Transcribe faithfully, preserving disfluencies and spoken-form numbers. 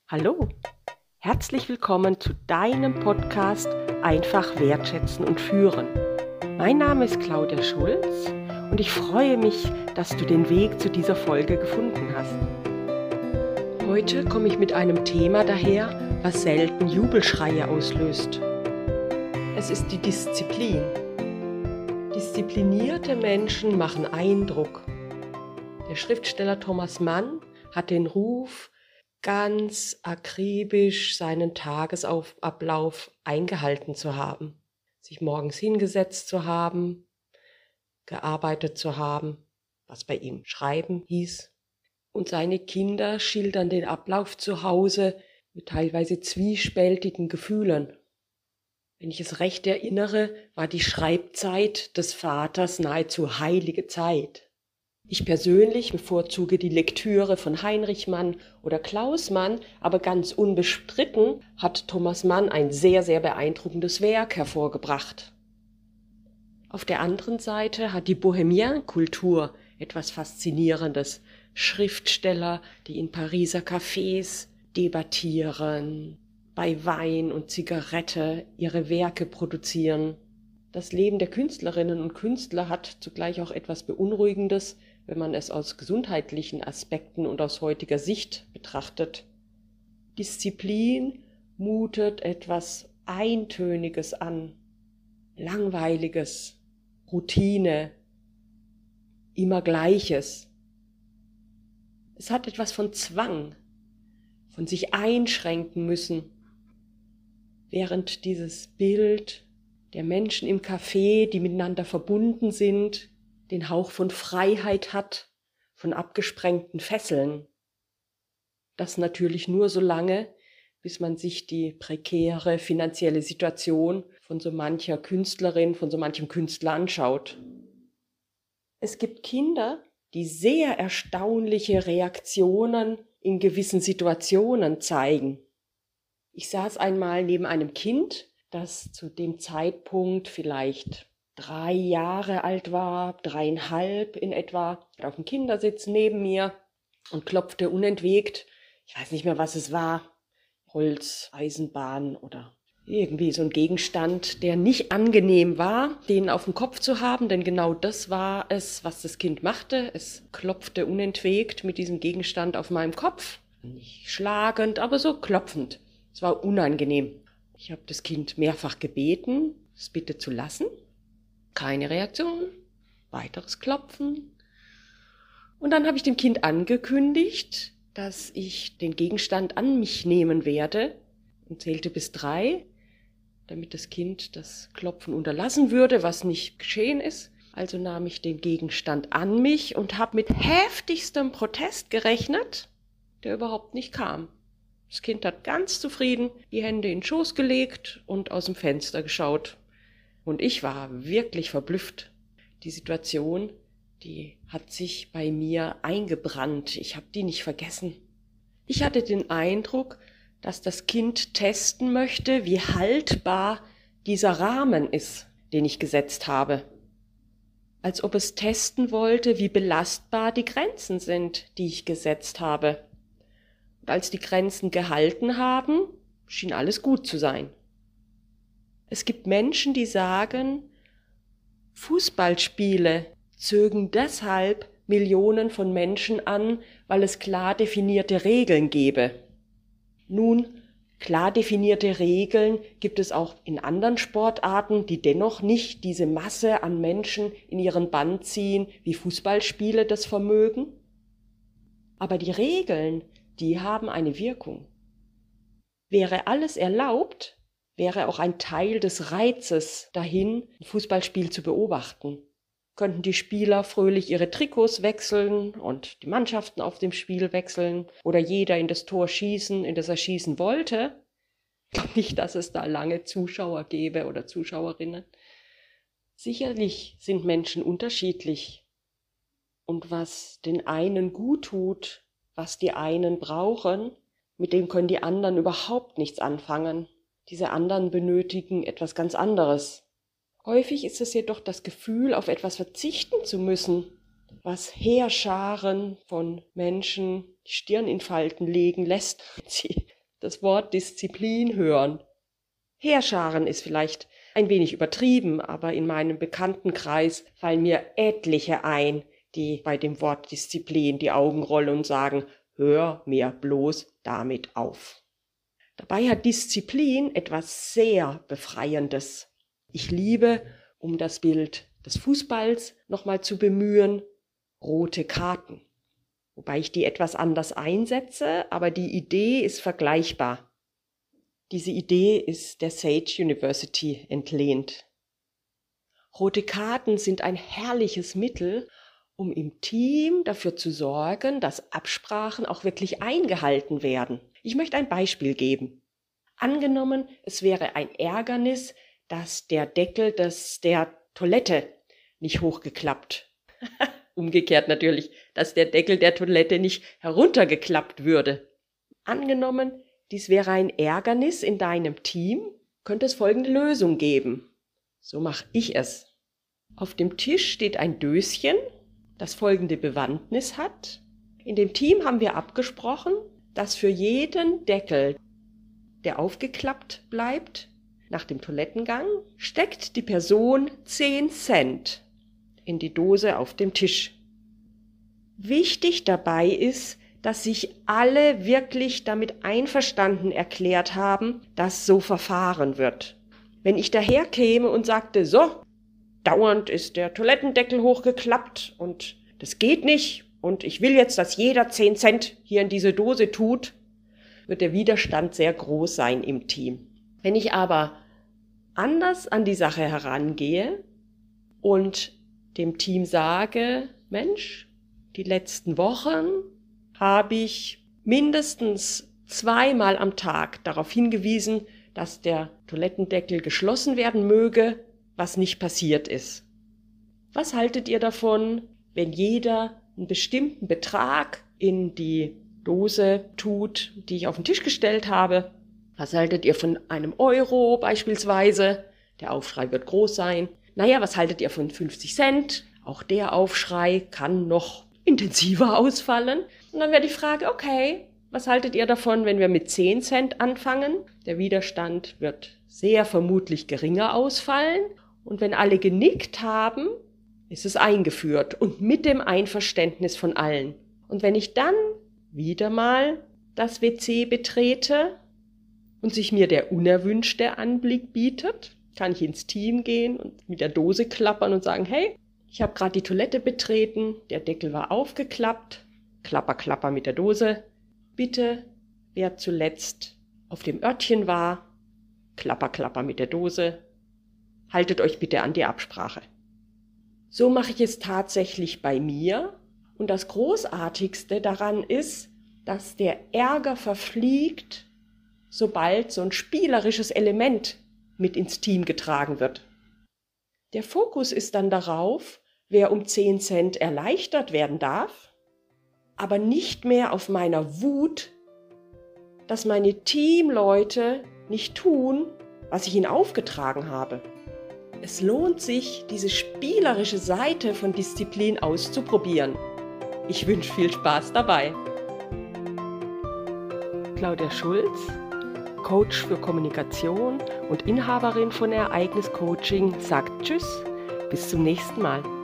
Hallo, herzlich willkommen zu deinem Podcast Einfach wertschätzen und führen. Mein Name ist Claudia Schulz und ich freue mich, dass du den Weg zu dieser Folge gefunden hast. Heute komme ich mit einem Thema daher, was selten Jubelschreie auslöst. Es ist die Disziplin. Disziplinierte Menschen machen Eindruck. Der Schriftsteller Thomas Mann hat den Ruf, ganz akribisch seinen Tagesablauf eingehalten zu haben, sich morgens hingesetzt zu haben, gearbeitet zu haben, was bei ihm Schreiben hieß. Und seine Kinder schildern den Ablauf zu Hause mit teilweise zwiespältigen Gefühlen. Wenn ich es recht erinnere, war die Schreibzeit des Vaters nahezu heilige Zeit. Ich persönlich bevorzuge die Lektüre von Heinrich Mann oder Klaus Mann, aber ganz unbestritten hat Thomas Mann ein sehr, sehr beeindruckendes Werk hervorgebracht. Auf der anderen Seite hat die Bohemian-Kultur etwas Faszinierendes. Schriftsteller, die in Pariser Cafés debattieren, bei Wein und Zigarette ihre Werke produzieren. Das Leben der Künstlerinnen und Künstler hat zugleich auch etwas Beunruhigendes, wenn man es aus gesundheitlichen Aspekten und aus heutiger Sicht betrachtet. Disziplin mutet etwas Eintöniges an, Langweiliges, Routine, immer Gleiches. Es hat etwas von Zwang, von sich einschränken müssen, während dieses Bild der Menschen im Café, die miteinander verbunden sind, den Hauch von Freiheit hat, von abgesprengten Fesseln. Das natürlich nur so lange, bis man sich die prekäre finanzielle Situation von so mancher Künstlerin, von so manchem Künstler anschaut. Es gibt Kinder, die sehr erstaunliche Reaktionen in gewissen Situationen zeigen. Ich saß einmal neben einem Kind, das zu dem Zeitpunkt vielleicht drei Jahre alt war, dreieinhalb in etwa, auf dem Kindersitz neben mir und klopfte unentwegt, ich weiß nicht mehr, was es war, Holz, Eisenbahn oder irgendwie so ein Gegenstand, der nicht angenehm war, den auf dem Kopf zu haben, denn genau das war es, was das Kind machte. Es klopfte unentwegt mit diesem Gegenstand auf meinem Kopf, nicht schlagend, aber so klopfend. Es war unangenehm. Ich habe das Kind mehrfach gebeten, es bitte zu lassen. Keine Reaktion, weiteres Klopfen. Und dann habe ich dem Kind angekündigt, dass ich den Gegenstand an mich nehmen werde und zählte bis drei, damit das Kind das Klopfen unterlassen würde, was nicht geschehen ist. Also nahm ich den Gegenstand an mich und habe mit heftigstem Protest gerechnet, der überhaupt nicht kam. Das Kind hat ganz zufrieden die Hände in den Schoß gelegt und aus dem Fenster geschaut. Und ich war wirklich verblüfft. Die Situation, die hat sich bei mir eingebrannt. Ich habe die nicht vergessen. Ich hatte den Eindruck, dass das Kind testen möchte, wie haltbar dieser Rahmen ist, den ich gesetzt habe. Als ob es testen wollte, wie belastbar die Grenzen sind, die ich gesetzt habe. Und als die Grenzen gehalten haben, schien alles gut zu sein. Es gibt Menschen, die sagen, Fußballspiele zögen deshalb Millionen von Menschen an, weil es klar definierte Regeln gäbe. Nun, klar definierte Regeln gibt es auch in anderen Sportarten, die dennoch nicht diese Masse an Menschen in ihren Bann ziehen, wie Fußballspiele das vermögen. Aber die Regeln, die haben eine Wirkung. Wäre alles erlaubt, wäre auch ein Teil des Reizes dahin, ein Fußballspiel zu beobachten. Könnten die Spieler fröhlich ihre Trikots wechseln und die Mannschaften auf dem Spiel wechseln oder jeder in das Tor schießen, in das er schießen wollte. Ich glaube nicht, dass es da lange Zuschauer gäbe oder Zuschauerinnen. Sicherlich sind Menschen unterschiedlich. Und was den einen gut tut, was die einen brauchen, mit dem können die anderen überhaupt nichts anfangen. Diese anderen benötigen etwas ganz anderes. Häufig ist es jedoch das Gefühl, auf etwas verzichten zu müssen, was Heerscharen von Menschen die Stirn in Falten legen lässt, wenn sie das Wort Disziplin hören. Heerscharen ist vielleicht ein wenig übertrieben, aber in meinem Bekanntenkreis fallen mir etliche ein, die bei dem Wort Disziplin die Augen rollen und sagen, hör mir bloß damit auf. Dabei hat Disziplin etwas sehr Befreiendes. Ich liebe, um das Bild des Fußballs nochmal zu bemühen, rote Karten. Wobei ich die etwas anders einsetze, aber die Idee ist vergleichbar. Diese Idee ist der Sage University entlehnt. Rote Karten sind ein herrliches Mittel, um im Team dafür zu sorgen, dass Absprachen auch wirklich eingehalten werden. Ich möchte ein Beispiel geben. Angenommen, es wäre ein Ärgernis, dass der Deckel des, der Toilette nicht hochgeklappt. Umgekehrt natürlich, dass der Deckel der Toilette nicht heruntergeklappt würde. Angenommen, dies wäre ein Ärgernis in deinem Team, könnte es folgende Lösung geben. So mache ich es. Auf dem Tisch steht ein Döschen, das folgende Bewandtnis hat. In dem Team haben wir abgesprochen, dass für jeden Deckel, der aufgeklappt bleibt, nach dem Toilettengang, steckt die Person zehn Cent in die Dose auf dem Tisch. Wichtig dabei ist, dass sich alle wirklich damit einverstanden erklärt haben, dass so verfahren wird. Wenn ich daherkäme und sagte, so, dauernd ist der Toilettendeckel hochgeklappt und das geht nicht und ich will jetzt, dass jeder zehn Cent hier in diese Dose tut, wird der Widerstand sehr groß sein im Team. Wenn ich aber anders an die Sache herangehe und dem Team sage, Mensch, die letzten Wochen habe ich mindestens zweimal am Tag darauf hingewiesen, dass der Toilettendeckel geschlossen werden möge, was nicht passiert ist. Was haltet ihr davon, wenn jeder einen bestimmten Betrag in die Dose tut, die ich auf den Tisch gestellt habe? Was haltet ihr von einem Euro beispielsweise? Der Aufschrei wird groß sein. Naja, was haltet ihr von fünfzig Cent? Auch der Aufschrei kann noch intensiver ausfallen. Und dann wäre die Frage, okay, was haltet ihr davon, wenn wir mit zehn Cent anfangen? Der Widerstand wird sehr vermutlich geringer ausfallen. Und wenn alle genickt haben, ist es eingeführt und mit dem Einverständnis von allen. Und wenn ich dann wieder mal das W C betrete und sich mir der unerwünschte Anblick bietet, kann ich ins Team gehen und mit der Dose klappern und sagen, hey, ich habe gerade die Toilette betreten, der Deckel war aufgeklappt, klapper, klapper mit der Dose. Bitte, wer zuletzt auf dem Örtchen war, klapper, klapper mit der Dose. Haltet euch bitte an die Absprache. So mache ich es tatsächlich bei mir. Und das Großartigste daran ist, dass der Ärger verfliegt, sobald so ein spielerisches Element mit ins Team getragen wird. Der Fokus ist dann darauf, wer um zehn Cent erleichtert werden darf, aber nicht mehr auf meiner Wut, dass meine Teamleute nicht tun, was ich ihnen aufgetragen habe. Es lohnt sich, diese spielerische Seite von Disziplin auszuprobieren. Ich wünsche viel Spaß dabei. Claudia Schulz, Coach für Kommunikation und Inhaberin von Ereignis Coaching, sagt Tschüss, bis zum nächsten Mal.